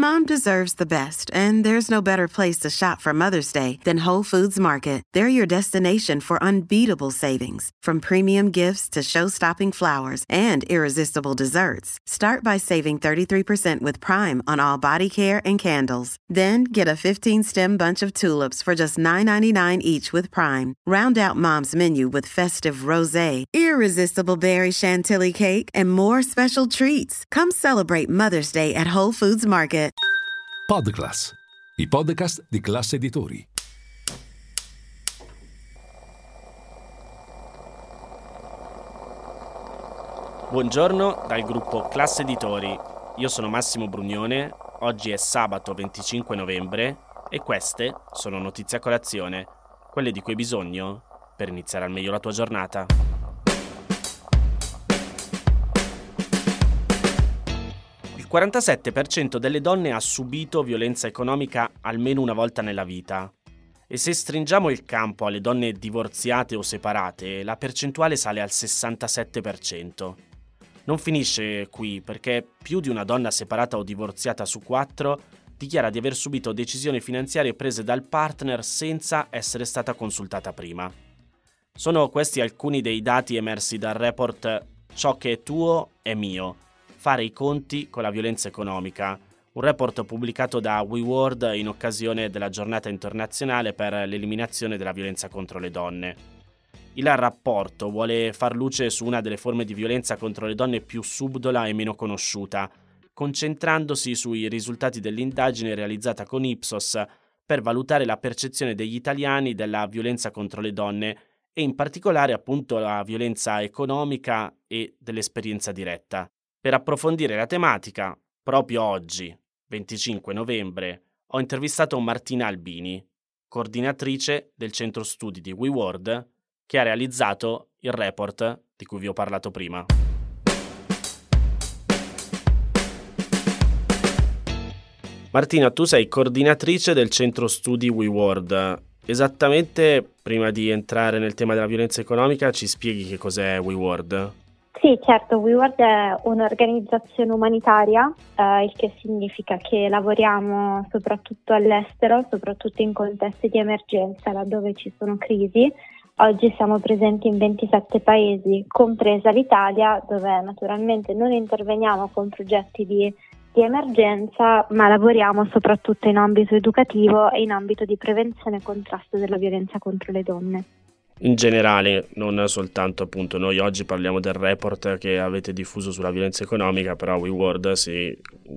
Mom deserves the best, and there's no better place to shop for Mother's Day than Whole Foods Market. They're your destination for unbeatable savings, from premium gifts to show-stopping flowers and irresistible desserts. Start by saving 33% with Prime on all body care and candles. Then get a 15-stem bunch of tulips for just $9.99 each with Prime. Round out Mom's menu with festive rosé, irresistible berry chantilly cake, and more special treats. Come celebrate Mother's Day at Whole Foods Market. Podclass, i podcast di Classe Editori. Buongiorno dal gruppo Classe Editori. Io sono Massimo Brugnone. Oggi è sabato 25 novembre e queste sono notizie a colazione, quelle di cui hai bisogno per iniziare al meglio la tua giornata. Il 47% delle donne ha subito violenza economica almeno una volta nella vita. E se stringiamo il campo alle donne divorziate o separate, la percentuale sale al 67%. Non finisce qui, perché più di una donna separata o divorziata su 4 dichiara di aver subito decisioni finanziarie prese dal partner senza essere stata consultata prima. Sono questi alcuni dei dati emersi dal report Ciò che è tuo è mio. Fare i conti con la violenza economica, un report pubblicato da WeWorld in occasione della giornata internazionale per l'eliminazione della violenza contro le donne. Il rapporto vuole far luce su una delle forme di violenza contro le donne più subdola e meno conosciuta, concentrandosi sui risultati dell'indagine realizzata con Ipsos per valutare la percezione degli italiani della violenza contro le donne e in particolare appunto la violenza economica e dell'esperienza diretta. Per approfondire la tematica, proprio oggi, 25 novembre, ho intervistato Martina Albini, coordinatrice del centro studi di WeWorld, che ha realizzato il report di cui vi ho parlato prima. Martina, tu sei coordinatrice del centro studi WeWorld. Esattamente, prima di entrare nel tema della violenza economica, ci spieghi che cos'è WeWorld? Sì, certo, WeWorld è un'organizzazione umanitaria, il che significa che lavoriamo soprattutto all'estero, soprattutto in contesti di emergenza, laddove ci sono crisi. Oggi siamo presenti in 27 paesi, compresa l'Italia, dove naturalmente non interveniamo con progetti di emergenza, ma lavoriamo soprattutto in ambito educativo e in ambito di prevenzione e contrasto della violenza contro le donne. In generale, non soltanto appunto noi oggi parliamo del report che avete diffuso sulla violenza economica, però WeWorld si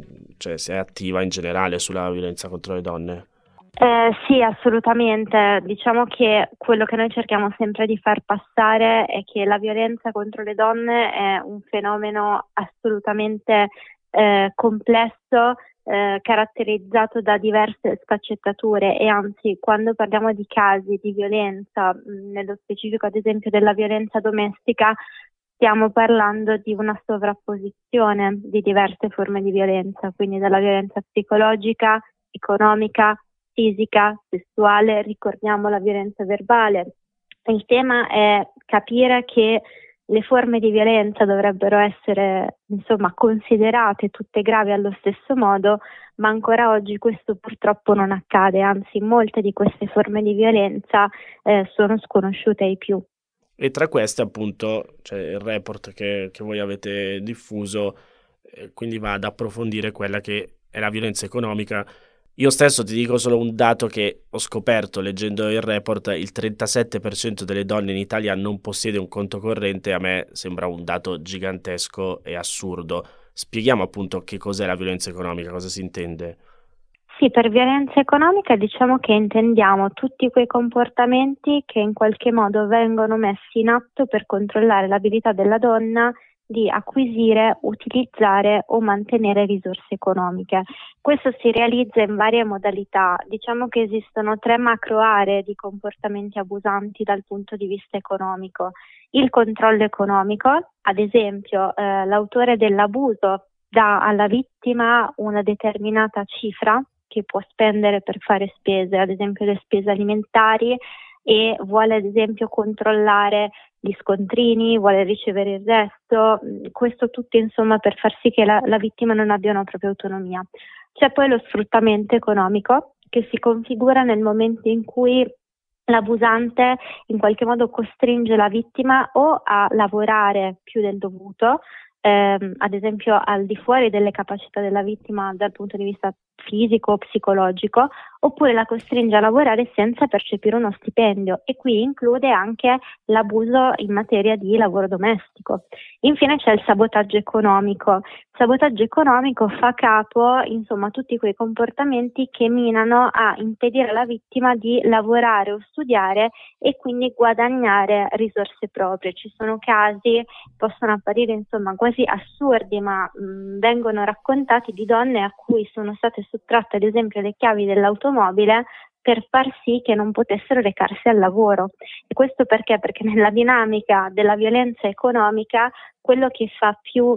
è attiva in generale sulla violenza contro le donne. Sì, assolutamente. Diciamo che quello che noi cerchiamo sempre di far passare è che la violenza contro le donne è un fenomeno assolutamente complesso, caratterizzato da diverse sfaccettature e anzi quando parliamo di casi di violenza, nello specifico ad esempio della violenza domestica, stiamo parlando di una sovrapposizione di diverse forme di violenza, quindi dalla violenza psicologica, economica, fisica, sessuale, ricordiamo la violenza verbale. Il tema è capire che le forme di violenza dovrebbero essere considerate tutte gravi allo stesso modo, ma ancora oggi questo purtroppo non accade, anzi molte di queste forme di violenza sono sconosciute ai più. E tra queste appunto c'è il report che voi avete diffuso, quindi va ad approfondire quella che è la violenza economica. Io stesso ti dico solo un dato che ho scoperto leggendo il report: il 37% delle donne in Italia non possiede un conto corrente. A me sembra un dato gigantesco e assurdo. Spieghiamo appunto che cos'è la violenza economica, cosa si intende? Sì, per violenza economica diciamo che intendiamo tutti quei comportamenti che in qualche modo vengono messi in atto per controllare l'abilità della donna di acquisire, utilizzare o mantenere risorse economiche. Questo si realizza in varie modalità. Diciamo che esistono 3 macro aree di comportamenti abusanti dal punto di vista economico. Il controllo economico, ad esempio, l'autore dell'abuso dà alla vittima una determinata cifra che può spendere per fare spese, ad esempio le spese alimentari, e vuole ad esempio controllare gli scontrini, vuole ricevere il resto, questo tutto insomma per far sì che la vittima non abbia una propria autonomia. C'è poi lo sfruttamento economico, che si configura nel momento in cui l'abusante in qualche modo costringe la vittima o a lavorare più del dovuto, ad esempio al di fuori delle capacità della vittima dal punto di vista fisico o psicologico, oppure la costringe a lavorare senza percepire uno stipendio, e qui include anche l'abuso in materia di lavoro domestico. Infine c'è il sabotaggio economico. Il sabotaggio economico fa capo, insomma, a tutti quei comportamenti che minano a impedire alla vittima di lavorare o studiare e quindi guadagnare risorse proprie. Ci sono casi, possono apparire insomma quasi assurdi, ma vengono raccontati, di donne a cui sono state sottratte ad esempio le chiavi dell'automobile per far sì che non potessero recarsi al lavoro. E questo perché? Perché nella dinamica della violenza economica quello che fa più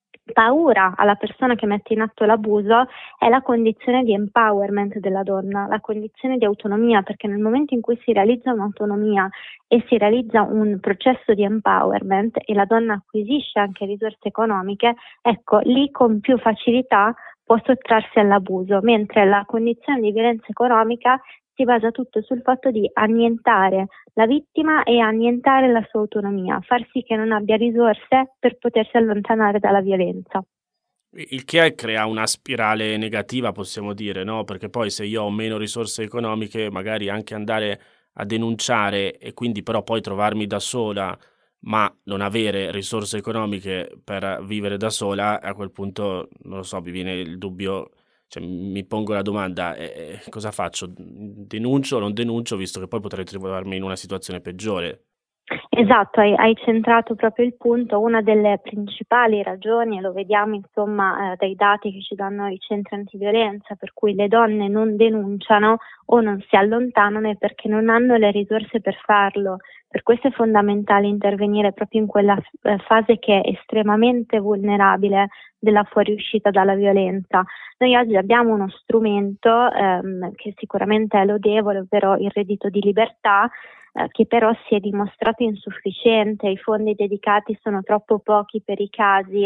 paura alla persona che mette in atto l'abuso è la condizione di empowerment della donna, la condizione di autonomia, perché nel momento in cui si realizza un'autonomia e si realizza un processo di empowerment e la donna acquisisce anche risorse economiche, ecco, lì con più facilità può sottrarsi all'abuso, mentre la condizione di violenza economica si basa tutto sul fatto di annientare la vittima e annientare la sua autonomia, far sì che non abbia risorse per potersi allontanare dalla violenza. Il che crea una spirale negativa, possiamo dire, no? Perché poi se io ho meno risorse economiche, magari anche andare a denunciare e quindi però poi trovarmi da sola, ma non avere risorse economiche per vivere da sola, a quel punto, non lo so, mi viene il dubbio, cioè mi pongo la domanda, cosa faccio? Denuncio o non denuncio, visto che poi potrei trovarmi in una situazione peggiore? Esatto, hai centrato proprio il punto. Una delle principali ragioni, e lo vediamo insomma dai dati che ci danno i centri antiviolenza, per cui le donne non denunciano o non si allontanano, è perché non hanno le risorse per farlo. Per questo è fondamentale intervenire proprio in quella fase che è estremamente vulnerabile della fuoriuscita dalla violenza. Noi oggi abbiamo uno strumento che sicuramente è lodevole, ovvero il reddito di libertà, che però si è dimostrato insufficiente. I fondi dedicati sono troppo pochi per i casi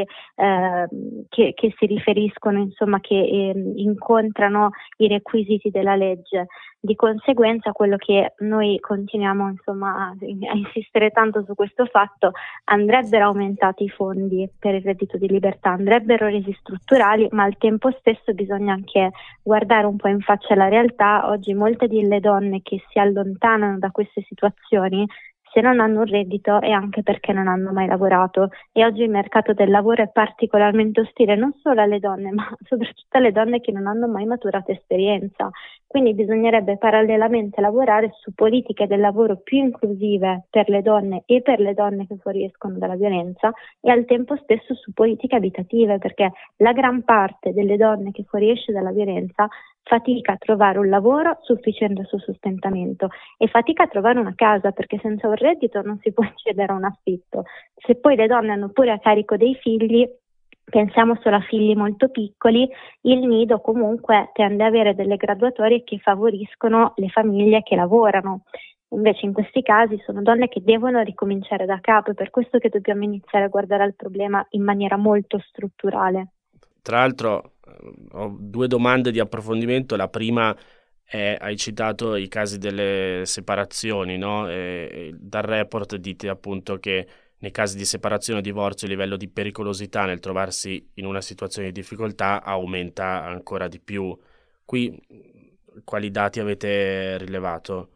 che si riferiscono, insomma, che incontrano i requisiti della legge. Di conseguenza quello che noi continuiamo insomma a insistere tanto su questo fatto: andrebbero aumentati i fondi per il reddito di libertà, andrebbero resi strutturali, ma al tempo stesso bisogna anche guardare un po' in faccia la realtà. Oggi molte delle donne che si allontanano da queste situazioni, se non hanno un reddito, è anche perché non hanno mai lavorato, e oggi il mercato del lavoro è particolarmente ostile non solo alle donne, ma soprattutto alle donne che non hanno mai maturato esperienza. Quindi bisognerebbe parallelamente lavorare su politiche del lavoro più inclusive per le donne e per le donne che fuoriescono dalla violenza, e al tempo stesso su politiche abitative, perché la gran parte delle donne che fuoriesce dalla violenza fatica a trovare un lavoro sufficiente al suo sostentamento e fatica a trovare una casa, perché senza un reddito non si può accedere a un affitto. Se poi le donne hanno pure a carico dei figli, pensiamo solo a figli molto piccoli, il nido comunque tende ad avere delle graduatorie che favoriscono le famiglie che lavorano. Invece in questi casi sono donne che devono ricominciare da capo, è per questo che dobbiamo iniziare a guardare al problema in maniera molto strutturale. Tra l'altro ho due domande di approfondimento. La prima è, hai citato i casi delle separazioni, no? Dal report dite appunto che nei casi di separazione o divorzio il livello di pericolosità nel trovarsi in una situazione di difficoltà aumenta ancora di più. Qui quali dati avete rilevato?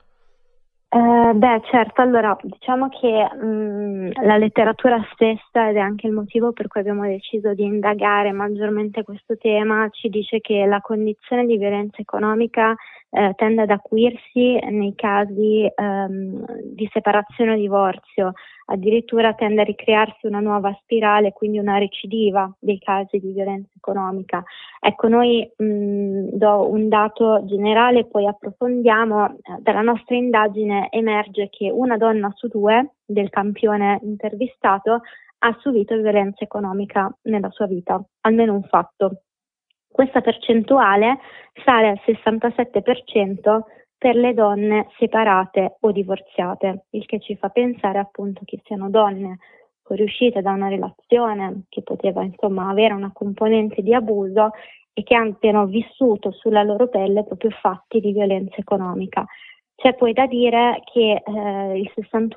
Certo, allora diciamo che la letteratura stessa, ed è anche il motivo per cui abbiamo deciso di indagare maggiormente questo tema, ci dice che la condizione di violenza economica tende ad acuirsi nei casi di separazione o divorzio, addirittura tende a ricrearsi una nuova spirale, quindi una recidiva dei casi di violenza economica. Ecco, noi do un dato generale, poi approfondiamo. Dalla nostra indagine emerge che una donna su due del campione intervistato ha subito violenza economica nella sua vita, almeno un fatto. Questa percentuale sale al 67% per le donne separate o divorziate, il che ci fa pensare appunto che siano donne fuoriuscite da una relazione che poteva insomma avere una componente di abuso e che abbiano vissuto sulla loro pelle proprio fatti di violenza economica. C'è poi da dire che il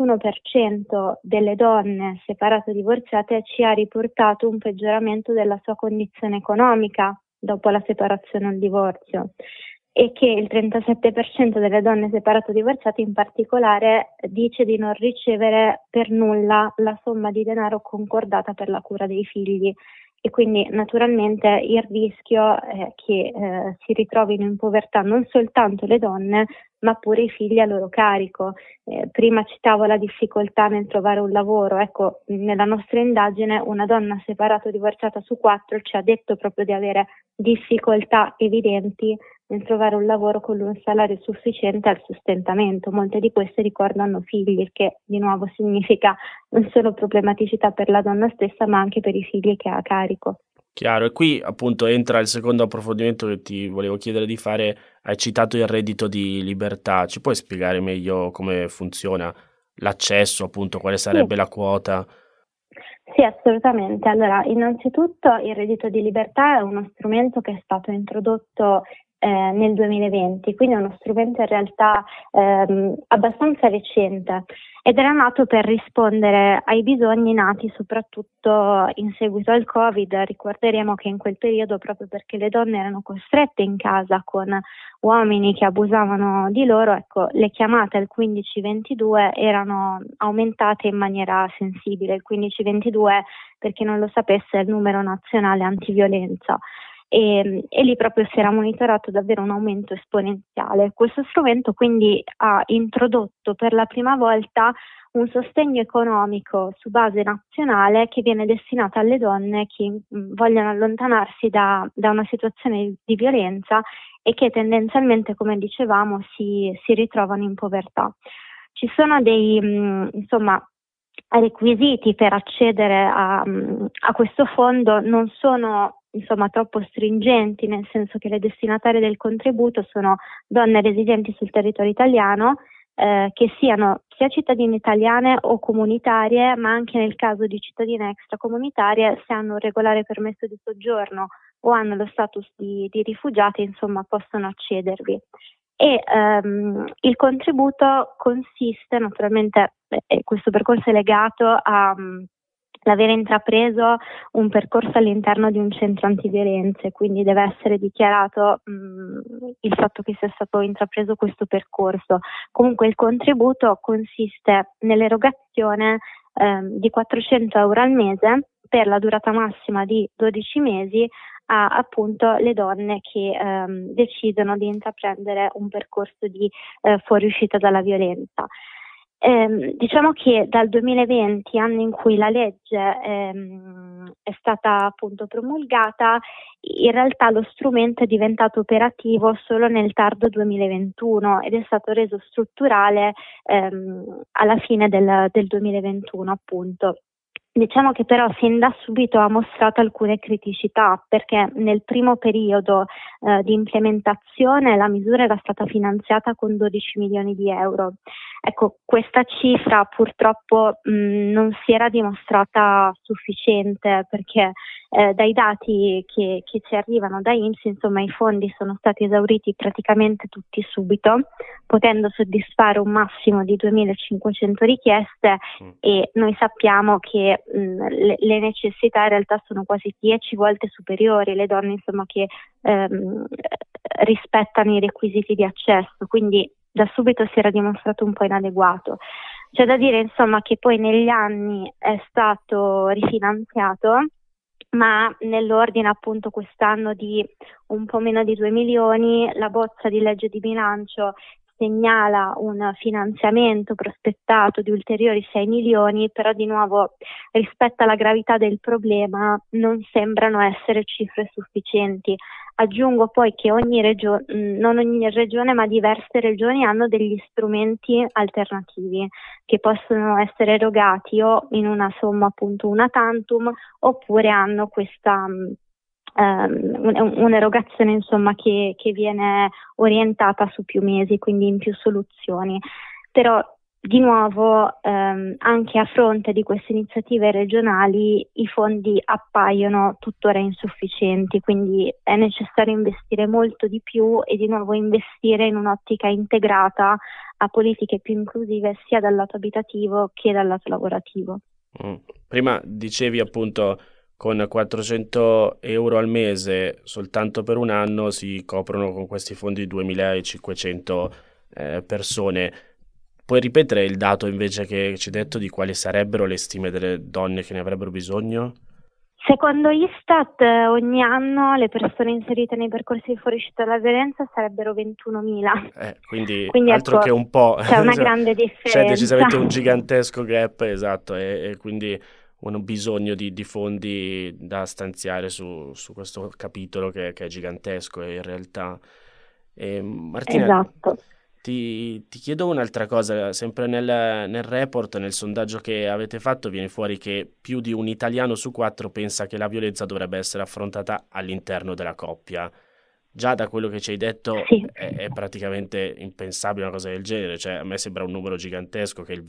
61% delle donne separate o divorziate ci ha riportato un peggioramento della sua condizione economica dopo la separazione o il divorzio, e che il 37% delle donne separate o divorziate in particolare dice di non ricevere per nulla la somma di denaro concordata per la cura dei figli. E quindi naturalmente il rischio è che si ritrovino in povertà non soltanto le donne, ma pure i figli a loro carico. Prima citavo la difficoltà nel trovare un lavoro. Ecco, nella nostra indagine una donna separata o divorziata su 4 ci ha detto proprio di avere difficoltà evidenti nel trovare un lavoro con un salario sufficiente al sostentamento. Molte di queste ricordano figli, il che di nuovo significa non solo problematicità per la donna stessa, ma anche per i figli che ha a carico. Chiaro, e qui appunto entra il secondo approfondimento che ti volevo chiedere di fare. Hai citato il reddito di libertà, ci puoi spiegare meglio come funziona l'accesso, appunto, quale sarebbe la quota? Sì, assolutamente. Allora, innanzitutto il reddito di libertà è uno strumento che è stato introdotto nel 2020, quindi è uno strumento in realtà abbastanza recente ed era nato per rispondere ai bisogni nati soprattutto in seguito al Covid. Ricorderemo che in quel periodo, proprio perché le donne erano costrette in casa con uomini che abusavano di loro, ecco, le chiamate al 1522 erano aumentate in maniera sensibile. Il 1522, per chi non lo sapesse, è il numero nazionale antiviolenza. E lì proprio si era monitorato davvero un aumento esponenziale. Questo strumento quindi ha introdotto per la prima volta un sostegno economico su base nazionale che viene destinato alle donne che vogliono allontanarsi da una situazione di violenza e che tendenzialmente, come dicevamo, si ritrovano in povertà. Ci sono dei requisiti per accedere a questo fondo, non sono troppo stringenti, nel senso che le destinatarie del contributo sono donne residenti sul territorio italiano, che siano sia cittadine italiane o comunitarie, ma anche nel caso di cittadine extracomunitarie, se hanno un regolare permesso di soggiorno o hanno lo status di rifugiate, possono accedervi. E il contributo consiste naturalmente, questo percorso è legato a l'avere intrapreso un percorso all'interno di un centro antiviolenze, quindi deve essere dichiarato il fatto che sia stato intrapreso questo percorso. Comunque il contributo consiste nell'erogazione di 400 euro al mese per la durata massima di 12 mesi a appunto le donne che decidono di intraprendere un percorso di fuoriuscita dalla violenza. Diciamo che dal 2020, anno in cui la legge è stata appunto promulgata, in realtà lo strumento è diventato operativo solo nel tardo 2021 ed è stato reso strutturale alla fine del 2021 appunto. Diciamo che però sin da subito ha mostrato alcune criticità, perché nel primo periodo di implementazione la misura era stata finanziata con 12 milioni di euro. Ecco, questa cifra purtroppo non si era dimostrata sufficiente, perché dai dati che ci arrivano da INPS, i fondi sono stati esauriti praticamente tutti subito, potendo soddisfare un massimo di 2.500 richieste e noi sappiamo che le necessità in realtà sono quasi 10 volte superiori, le donne che rispettano i requisiti di accesso, quindi da subito si era dimostrato un po' inadeguato. C'è da dire che poi negli anni è stato rifinanziato, ma nell'ordine appunto quest'anno di un po' meno di 2 milioni, la bozza di legge di bilancio segnala un finanziamento prospettato di ulteriori 6 milioni, però di nuovo rispetto alla gravità del problema non sembrano essere cifre sufficienti. Aggiungo poi che non ogni regione ma diverse regioni hanno degli strumenti alternativi che possono essere erogati o in una somma appunto una tantum, oppure hanno questa un'erogazione che viene orientata su più mesi, quindi in più soluzioni. Però di nuovo, anche a fronte di queste iniziative regionali, i fondi appaiono tuttora insufficienti, quindi è necessario investire molto di più e di nuovo investire in un'ottica integrata a politiche più inclusive sia dal lato abitativo che dal lato lavorativo. Prima dicevi appunto con 400 euro al mese soltanto per un anno si coprono con questi fondi 2500 persone. Puoi ripetere il dato invece che ci hai detto di quali sarebbero le stime delle donne che ne avrebbero bisogno? Secondo Istat, ogni anno le persone inserite nei percorsi di fuoriuscita dalla violenza sarebbero 21.000. Quindi altro ecco, che un po'. c'è una grande differenza. C'è decisamente un gigantesco gap, esatto, e quindi un bisogno di fondi da stanziare su questo capitolo che è gigantesco in realtà. Martina, esatto. Ti chiedo un'altra cosa, sempre nel report, nel sondaggio che avete fatto, viene fuori che più di un italiano su 4 pensa che la violenza dovrebbe essere affrontata all'interno della coppia. Già da quello che ci hai detto Sì. è praticamente impensabile una cosa del genere, cioè a me sembra un numero gigantesco che il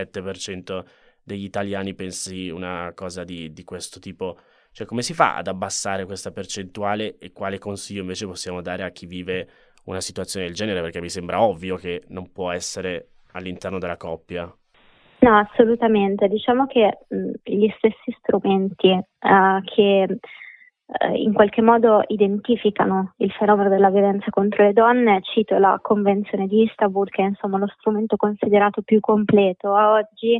27% degli italiani pensi una cosa di questo tipo. Cioè come si fa ad abbassare questa percentuale e quale consiglio invece possiamo dare a chi vive una situazione del genere, perché mi sembra ovvio che non può essere all'interno della coppia. No, assolutamente. Diciamo che gli stessi strumenti che in qualche modo identificano il fenomeno della violenza contro le donne, cito la Convenzione di Istanbul, che è insomma lo strumento considerato più completo a oggi,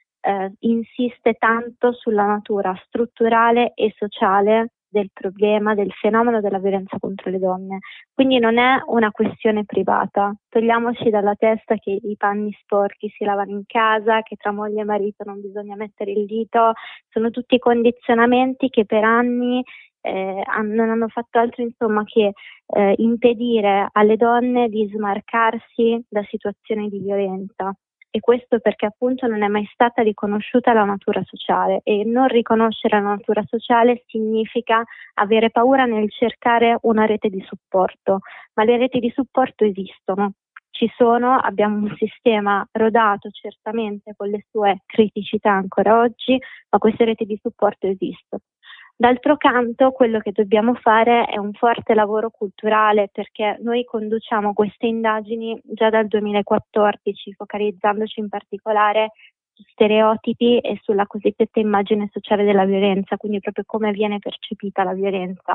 insiste tanto sulla natura strutturale e sociale del problema, del fenomeno della violenza contro le donne. Quindi non è una questione privata. Togliamoci dalla testa che i panni sporchi si lavano in casa, che tra moglie e marito non bisogna mettere il dito. Sono tutti condizionamenti che per anni non hanno fatto altro insomma che impedire alle donne di smarcarsi da situazioni di violenza. E questo perché appunto non è mai stata riconosciuta la natura sociale, e non riconoscere la natura sociale significa avere paura nel cercare una rete di supporto, ma le reti di supporto esistono, ci sono, abbiamo un sistema rodato certamente con le sue criticità ancora oggi, ma queste reti di supporto esistono. D'altro canto, quello che dobbiamo fare è un forte lavoro culturale, perché noi conduciamo queste indagini già dal 2014, focalizzandoci in particolare su stereotipi e sulla cosiddetta immagine sociale della violenza, quindi proprio come viene percepita la violenza.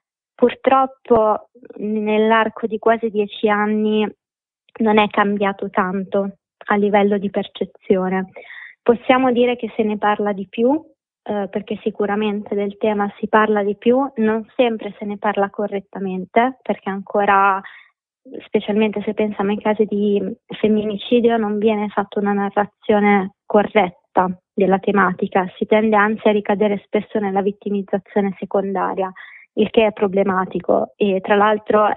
Purtroppo nell'arco di quasi 10 anni non è cambiato tanto a livello di percezione. Possiamo dire che se ne parla di più, perché sicuramente del tema si parla di più, non sempre se ne parla correttamente, perché ancora, specialmente se pensiamo ai casi di femminicidio, non viene fatta una narrazione corretta della tematica, si tende anzi a ricadere spesso nella vittimizzazione secondaria, il che è problematico e tra l'altro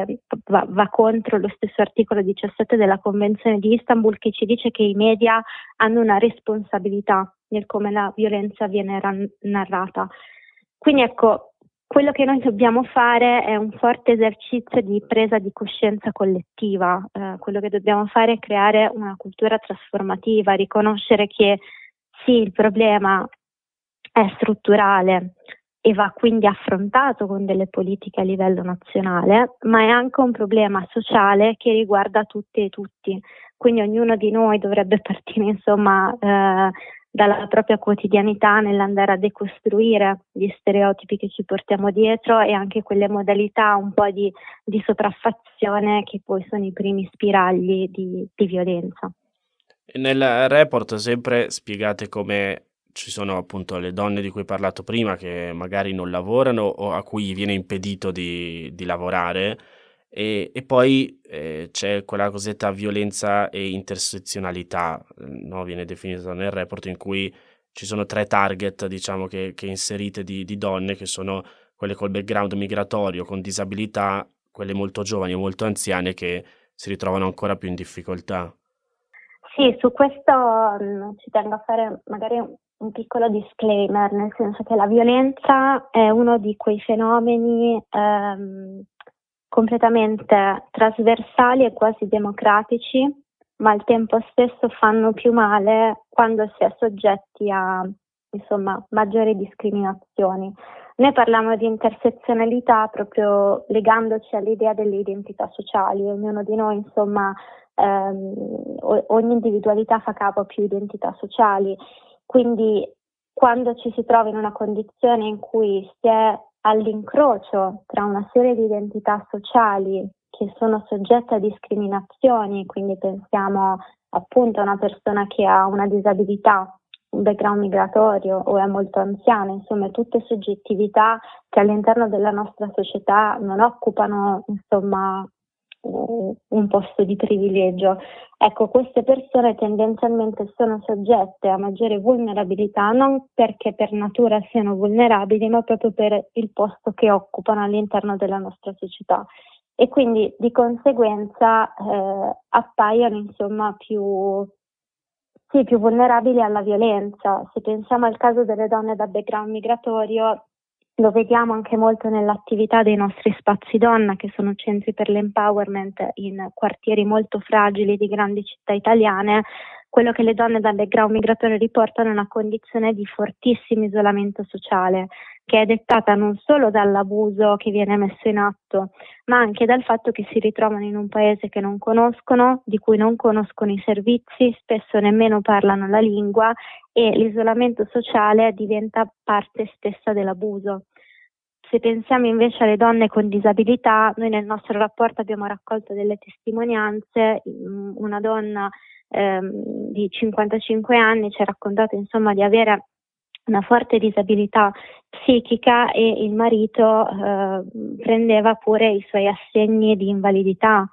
va contro lo stesso articolo 17 della Convenzione di Istanbul, che ci dice che i media hanno una responsabilità nel come la violenza viene narrata. Quindi ecco, quello che noi dobbiamo fare è un forte esercizio di presa di coscienza collettiva, quello che dobbiamo fare è creare una cultura trasformativa, riconoscere che sì, il problema è strutturale e va quindi affrontato con delle politiche a livello nazionale, ma è anche un problema sociale che riguarda tutte e tutti. Quindi ognuno di noi dovrebbe partire insomma dalla propria quotidianità nell'andare a decostruire gli stereotipi che ci portiamo dietro e anche quelle modalità un po' di sopraffazione che poi sono i primi spiragli di violenza. Nel report sempre spiegate come ci sono appunto le donne di cui hai parlato prima che magari non lavorano o a cui viene impedito di lavorare e poi c'è quella cosiddetta violenza e intersezionalità, no? Viene definita nel report, in cui ci sono 3 target diciamo che inserite di donne, che sono quelle col background migratorio, con disabilità, quelle molto giovani o molto anziane che si ritrovano ancora più in difficoltà. Sì, su questo ci tengo a fare magari un piccolo disclaimer, nel senso che la violenza è uno di quei fenomeni completamente trasversali e quasi democratici, ma al tempo stesso fanno più male quando si è soggetti a, insomma, maggiori discriminazioni. Noi parliamo di intersezionalità proprio legandoci all'idea delle identità sociali. Ognuno di noi, insomma, ogni individualità fa capo a più identità sociali, quindi quando ci si trova in una condizione in cui si è all'incrocio tra una serie di identità sociali che sono soggette a discriminazioni, quindi pensiamo appunto a una persona che ha una disabilità, un background migratorio o è molto anziana, insomma tutte soggettività che all'interno della nostra società non occupano, insomma, un posto di privilegio. Ecco, queste persone tendenzialmente sono soggette a maggiore vulnerabilità, non perché per natura siano vulnerabili, ma proprio per il posto che occupano all'interno della nostra società. E quindi di conseguenza appaiono, insomma, più vulnerabili alla violenza. Se pensiamo al caso delle donne da background migratorio, lo vediamo anche molto nell'attività dei nostri spazi donna, che sono centri per l'empowerment in quartieri molto fragili di grandi città italiane. Quello che le donne da background migratorio riportano è una condizione di fortissimo isolamento sociale, che è dettata non solo dall'abuso che viene messo in atto, ma anche dal fatto che si ritrovano in un paese che non conoscono, di cui non conoscono i servizi, spesso nemmeno parlano la lingua, e l'isolamento sociale diventa parte stessa dell'abuso. Se pensiamo invece alle donne con disabilità, noi nel nostro rapporto abbiamo raccolto delle testimonianze. Una donna di 55 anni ci ha raccontato, insomma, di avere una forte disabilità psichica e il marito prendeva pure i suoi assegni di invalidità,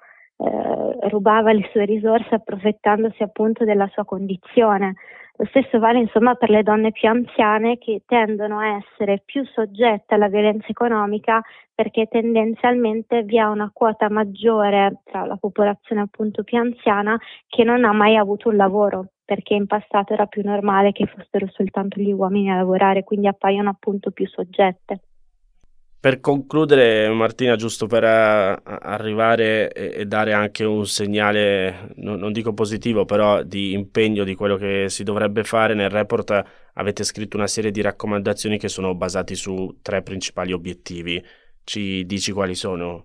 rubava le sue risorse approfittandosi appunto della sua condizione. Lo stesso vale, insomma, per le donne più anziane, che tendono a essere più soggette alla violenza economica perché tendenzialmente vi è una quota maggiore tra la popolazione appunto più anziana che non ha mai avuto un lavoro, perché in passato era più normale che fossero soltanto gli uomini a lavorare, quindi appaiono appunto più soggette. Per concludere, Martina, giusto per arrivare e dare anche un segnale, non dico positivo, però di impegno di quello che si dovrebbe fare, nel report avete scritto una serie di raccomandazioni che sono basati su 3 principali obiettivi. Ci dici quali sono?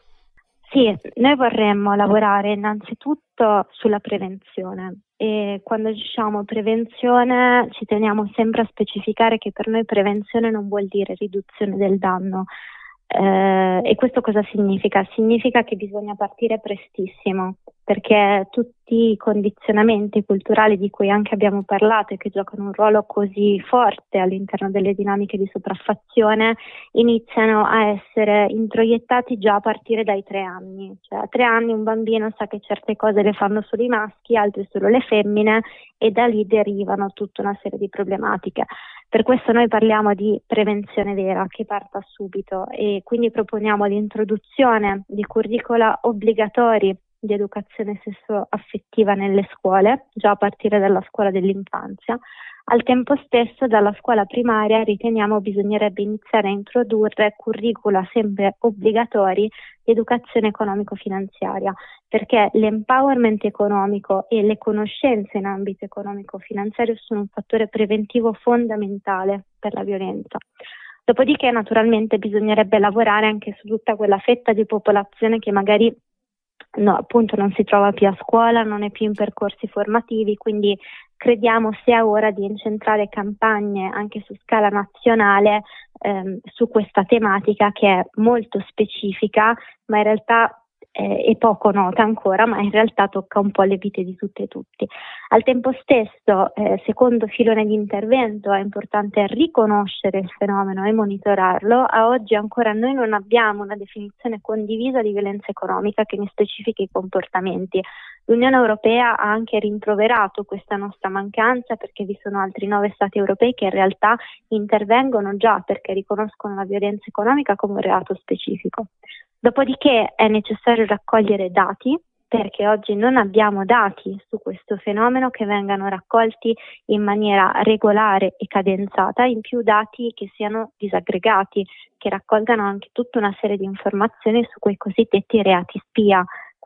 Sì, noi vorremmo lavorare innanzitutto sulla prevenzione, e quando diciamo prevenzione ci teniamo sempre a specificare che per noi prevenzione non vuol dire riduzione del danno. E questo cosa significa? Significa che bisogna partire prestissimo, perché tutti i condizionamenti culturali di cui anche abbiamo parlato e che giocano un ruolo così forte all'interno delle dinamiche di sopraffazione iniziano a essere introiettati già a partire dai 3 anni. Cioè, a 3 anni un bambino sa che certe cose le fanno solo i maschi, altre solo le femmine, e da lì derivano tutta una serie di problematiche. Per questo noi parliamo di prevenzione vera, che parta subito, e quindi proponiamo l'introduzione di curricula obbligatori di educazione sesso-affettiva nelle scuole, già a partire dalla scuola dell'infanzia. Al tempo stesso, dalla scuola primaria riteniamo bisognerebbe iniziare a introdurre curricula sempre obbligatori di educazione economico-finanziaria, perché l'empowerment economico e le conoscenze in ambito economico-finanziario sono un fattore preventivo fondamentale per la violenza. Dopodiché, naturalmente, bisognerebbe lavorare anche su tutta quella fetta di popolazione che magari appunto non si trova più a scuola, non è più in percorsi formativi, quindi crediamo sia ora di incentrare campagne anche su scala nazionale su questa tematica, che è molto specifica, ma in realtà è poco nota ancora, ma in realtà tocca un po' le vite di tutte e tutti. Al tempo stesso, secondo filone di intervento, è importante riconoscere il fenomeno e monitorarlo. A oggi ancora noi non abbiamo una definizione condivisa di violenza economica che ne specifichi i comportamenti. L'Unione Europea ha anche rimproverato questa nostra mancanza, perché vi sono altri 9 Stati europei che in realtà intervengono già perché riconoscono la violenza economica come un reato specifico. Dopodiché è necessario raccogliere dati, perché oggi non abbiamo dati su questo fenomeno che vengano raccolti in maniera regolare e cadenzata, in più dati che siano disaggregati, che raccolgano anche tutta una serie di informazioni su quei cosiddetti reati spia,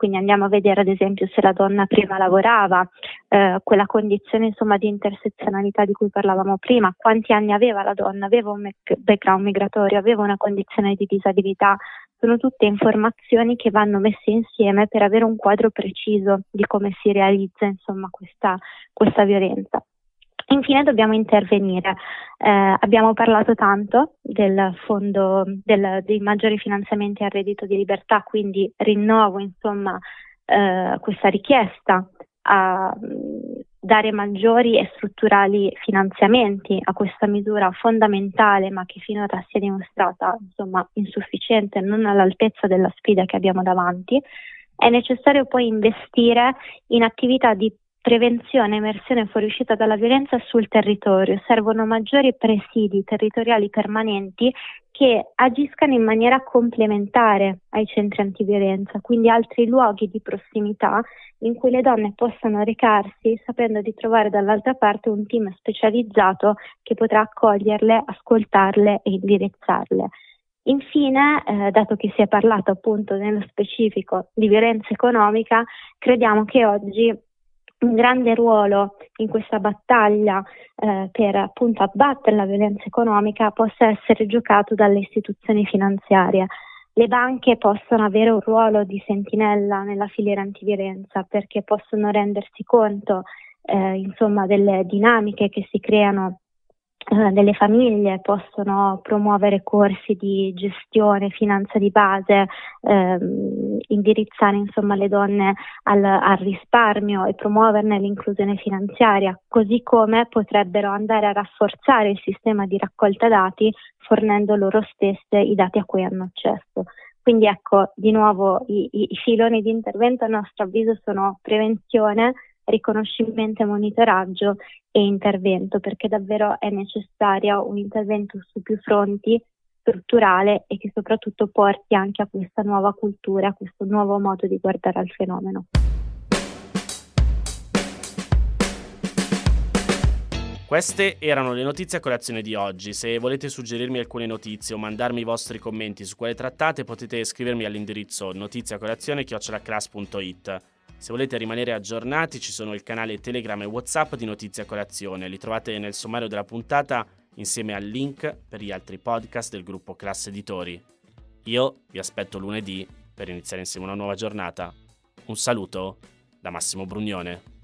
quindi andiamo a vedere ad esempio se la donna prima lavorava, quella condizione insomma di intersezionalità di cui parlavamo prima, quanti anni aveva la donna, aveva un background migratorio, aveva una condizione di disabilità. Sono tutte informazioni che vanno messe insieme per avere un quadro preciso di come si realizza insomma questa violenza. Infine dobbiamo intervenire. Abbiamo parlato tanto del fondo dei maggiori finanziamenti al reddito di libertà, quindi rinnovo insomma questa richiesta a dare maggiori e strutturali finanziamenti a questa misura fondamentale, ma che finora si è dimostrata insomma insufficiente, non all'altezza della sfida che abbiamo davanti. È necessario poi investire in attività di prevenzione, emersione e fuoriuscita dalla violenza sul territorio. Servono maggiori presidi territoriali permanenti che agiscano in maniera complementare ai centri antiviolenza, quindi altri luoghi di prossimità in cui le donne possano recarsi sapendo di trovare dall'altra parte un team specializzato che potrà accoglierle, ascoltarle e indirizzarle. Infine, dato che si è parlato appunto nello specifico di violenza economica, crediamo che oggi un grande ruolo in questa battaglia per appunto abbattere la violenza economica possa essere giocato dalle istituzioni finanziarie. Le banche possono avere un ruolo di sentinella nella filiera antiviolenza perché possono rendersi conto insomma delle dinamiche che si creano nelle famiglie, possono promuovere corsi di gestione, finanza di base, indirizzare insomma le donne al risparmio e promuoverne l'inclusione finanziaria, così come potrebbero andare a rafforzare il sistema di raccolta dati fornendo loro stesse i dati a cui hanno accesso. Quindi ecco, di nuovo i filoni di intervento a nostro avviso sono prevenzione, riconoscimento e monitoraggio e intervento, perché davvero è necessario un intervento su più fronti, strutturale e che soprattutto porti anche a questa nuova cultura, a questo nuovo modo di guardare al fenomeno. Queste erano le notizie a colazione di oggi. Se volete suggerirmi alcune notizie o mandarmi i vostri commenti su quelle trattate, potete scrivermi all'indirizzo notiziacolazione@class.it. Se volete rimanere aggiornati, ci sono il canale Telegram e WhatsApp di Notizie a Colazione. Li trovate nel sommario della puntata insieme al link per gli altri podcast del gruppo Class Editori. Io vi aspetto lunedì per iniziare insieme una nuova giornata. Un saluto da Massimo Brugnone.